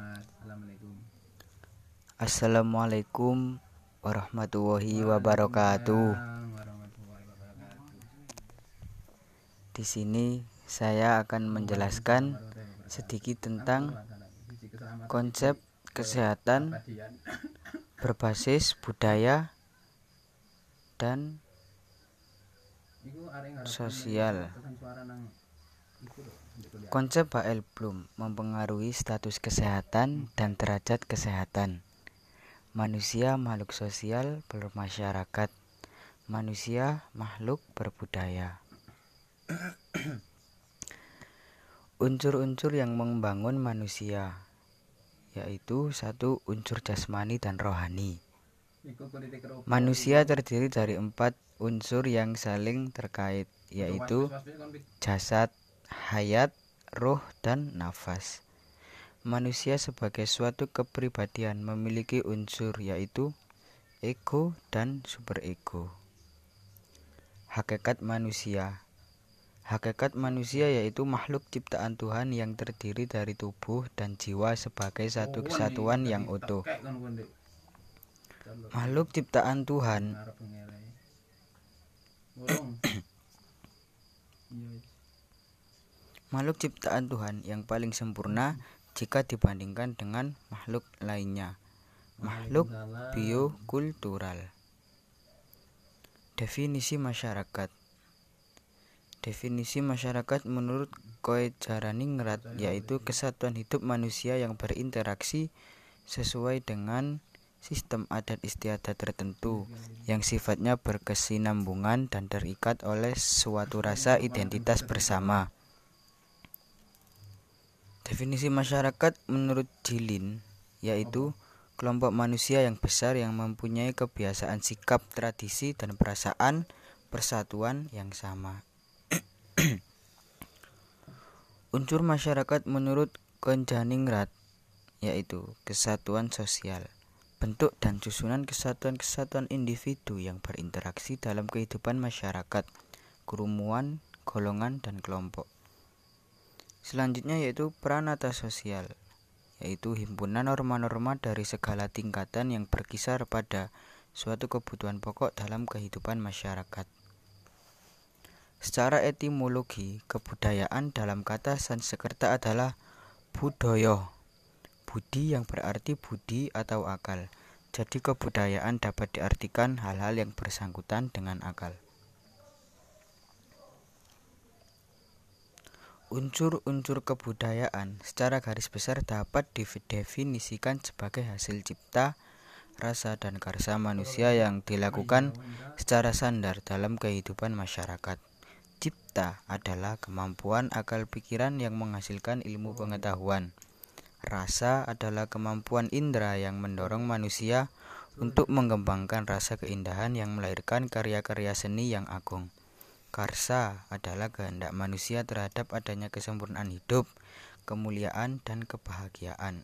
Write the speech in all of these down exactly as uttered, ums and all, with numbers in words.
Assalamualaikum. Assalamualaikum warahmatullahi wabarakatuh. Warahmatullahi wabarakatuh. Di sini saya akan menjelaskan sedikit tentang konsep kesehatan berbasis budaya dan sosial. Konsep H L Bloom mempengaruhi status kesehatan dan derajat kesehatan. Manusia makhluk sosial bermasyarakat. Manusia makhluk berbudaya. Unsur-unsur yang membangun manusia yaitu satu, unsur jasmani dan rohani. Manusia terdiri dari empat unsur yang saling terkait, yaitu jasad, hayat, roh, dan nafas. Manusia sebagai suatu kepribadian memiliki unsur yaitu ego dan superego. Hakikat manusia. Hakikat manusia yaitu makhluk ciptaan Tuhan yang terdiri dari tubuh dan jiwa sebagai satu kesatuan yang utuh. Makhluk ciptaan Tuhan Makhluk ciptaan Tuhan yang paling sempurna jika dibandingkan dengan makhluk lainnya. Makhluk biokultural. Definisi masyarakat. Definisi masyarakat menurut Koetjaraningrat yaitu kesatuan hidup manusia yang berinteraksi sesuai dengan sistem adat istiadat tertentu yang sifatnya berkesinambungan dan terikat oleh suatu rasa identitas bersama. Definisi masyarakat menurut Jilin yaitu kelompok manusia yang besar yang mempunyai kebiasaan, sikap, tradisi, dan perasaan persatuan yang sama. Unsur masyarakat menurut Koetjaraningrat yaitu kesatuan sosial, bentuk dan susunan kesatuan-kesatuan individu yang berinteraksi dalam kehidupan masyarakat, kerumunan, golongan, dan kelompok. Selanjutnya yaitu pranata sosial, yaitu himpunan norma-norma dari segala tingkatan yang berkisar pada suatu kebutuhan pokok dalam kehidupan masyarakat. Secara etimologi, kebudayaan dalam kata Sanskerta adalah budaya, budi yang berarti budi atau akal. Jadi kebudayaan dapat diartikan hal-hal yang bersangkutan dengan akal. Unsur-unsur kebudayaan secara garis besar dapat didefinisikan sebagai hasil cipta, rasa, dan karsa manusia yang dilakukan secara sandar dalam kehidupan masyarakat. Cipta adalah kemampuan akal pikiran yang menghasilkan ilmu pengetahuan. Rasa adalah kemampuan indera yang mendorong manusia untuk mengembangkan rasa keindahan yang melahirkan karya-karya seni yang agung. Karsa adalah kehendak manusia terhadap adanya kesempurnaan hidup, kemuliaan, dan kebahagiaan.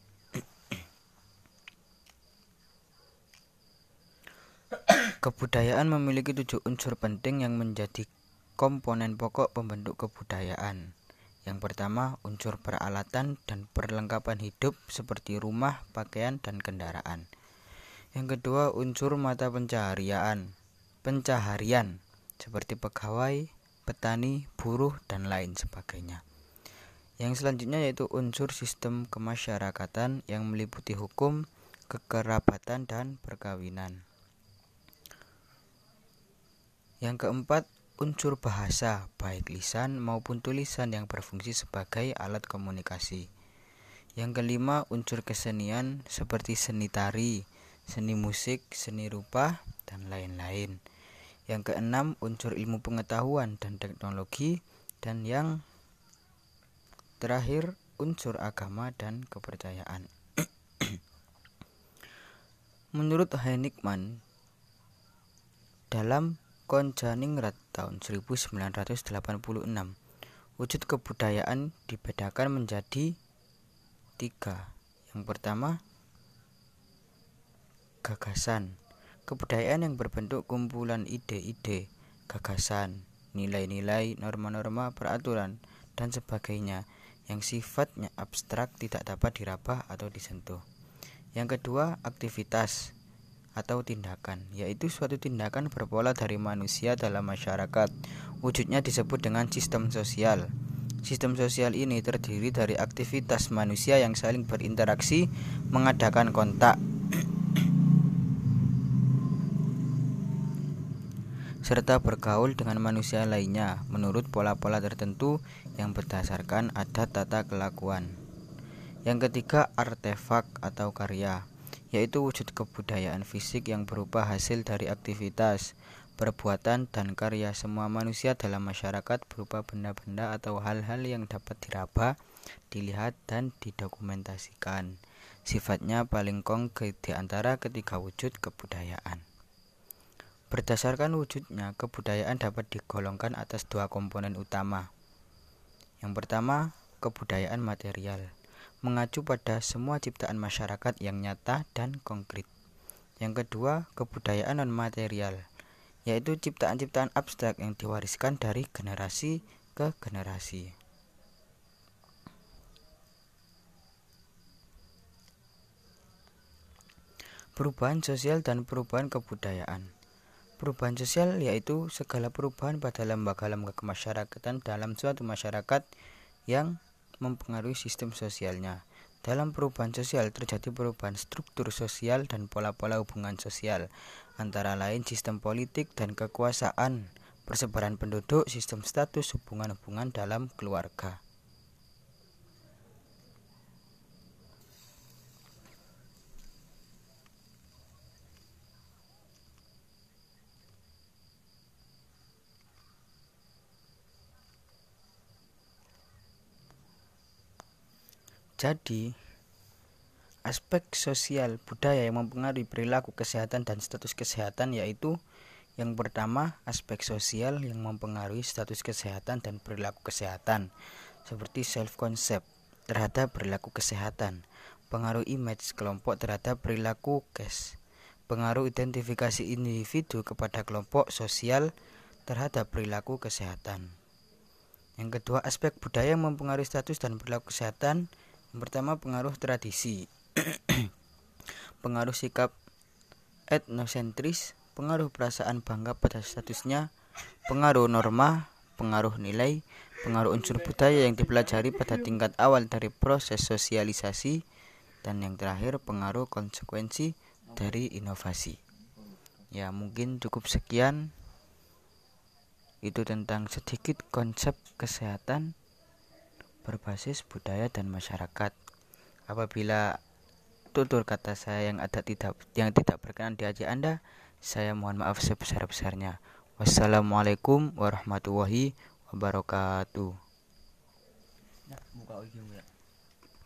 Kebudayaan memiliki tujuh unsur penting yang menjadi komponen pokok pembentuk kebudayaan. Yang pertama, unsur peralatan dan perlengkapan hidup seperti rumah, pakaian, dan kendaraan. Yang kedua, unsur mata pencaharian, pencaharian seperti pegawai, petani, buruh, dan lain sebagainya. Yang selanjutnya yaitu unsur sistem kemasyarakatan yang meliputi hukum, kekerabatan, dan perkawinan. Yang keempat, unsur bahasa, baik lisan maupun tulisan yang berfungsi sebagai alat komunikasi. Yang kelima, unsur kesenian seperti seni tari, seni musik, seni rupa, dan lain-lain. Yang keenam, unsur ilmu pengetahuan dan teknologi. Dan yang terakhir, unsur agama dan kepercayaan. Menurut Heinemann, dalam Koetjaraningrat tahun seribu sembilan ratus delapan puluh enam, wujud kebudayaan dibedakan menjadi tiga. Yang pertama, gagasan. Kebudayaan yang berbentuk kumpulan ide-ide, gagasan, nilai-nilai, norma-norma, peraturan, dan sebagainya yang sifatnya abstrak, tidak dapat diraba atau disentuh. Yang kedua, aktivitas atau tindakan, yaitu suatu tindakan berpola dari manusia dalam masyarakat. Wujudnya disebut dengan sistem sosial. Sistem sosial ini terdiri dari aktivitas manusia yang saling berinteraksi, mengadakan kontak, serta bergaul dengan manusia lainnya menurut pola-pola tertentu yang berdasarkan adat tata kelakuan. Yang ketiga, artefak atau karya, yaitu wujud kebudayaan fisik yang berupa hasil dari aktivitas, perbuatan, dan karya semua manusia dalam masyarakat berupa benda-benda atau hal-hal yang dapat diraba, dilihat, dan didokumentasikan. Sifatnya paling konkret di antara ketiga wujud kebudayaan. Berdasarkan wujudnya, kebudayaan dapat digolongkan atas dua komponen utama. Yang pertama, kebudayaan material, mengacu pada semua ciptaan masyarakat yang nyata dan konkret. Yang kedua, kebudayaan non-material, yaitu ciptaan-ciptaan abstrak yang diwariskan dari generasi ke generasi. Perubahan sosial dan perubahan kebudayaan. Perubahan sosial yaitu segala perubahan pada lembaga-lembaga kemasyarakatan dalam suatu masyarakat yang mempengaruhi sistem sosialnya. Dalam perubahan sosial terjadi perubahan struktur sosial dan pola-pola hubungan sosial, antara lain sistem politik dan kekuasaan, persebaran penduduk, sistem status, hubungan-hubungan dalam keluarga. Jadi, aspek sosial budaya yang mempengaruhi perilaku kesehatan dan status kesehatan yaitu yang pertama, aspek sosial yang mempengaruhi status kesehatan dan perilaku kesehatan, seperti self-concept terhadap perilaku kesehatan, pengaruh image kelompok terhadap perilaku kes, pengaruh identifikasi individu kepada kelompok sosial terhadap perilaku kesehatan. Yang kedua, aspek budaya yang mempengaruhi status dan perilaku kesehatan. Yang pertama, pengaruh tradisi, pengaruh sikap etnosentris, pengaruh perasaan bangga pada statusnya, pengaruh norma, pengaruh nilai, pengaruh unsur budaya yang dipelajari pada tingkat awal dari proses sosialisasi, dan yang terakhir, pengaruh konsekuensi dari inovasi. Ya, mungkin cukup sekian. Itu tentang sedikit konsep kesehatan berbasis budaya dan masyarakat. Apabila tutur kata saya yang ada tidak yang tidak berkenan di hati Anda, saya mohon maaf sebesar-besarnya. Wassalamualaikum warahmatullahi wabarakatuh. Nah, buka ujung ya.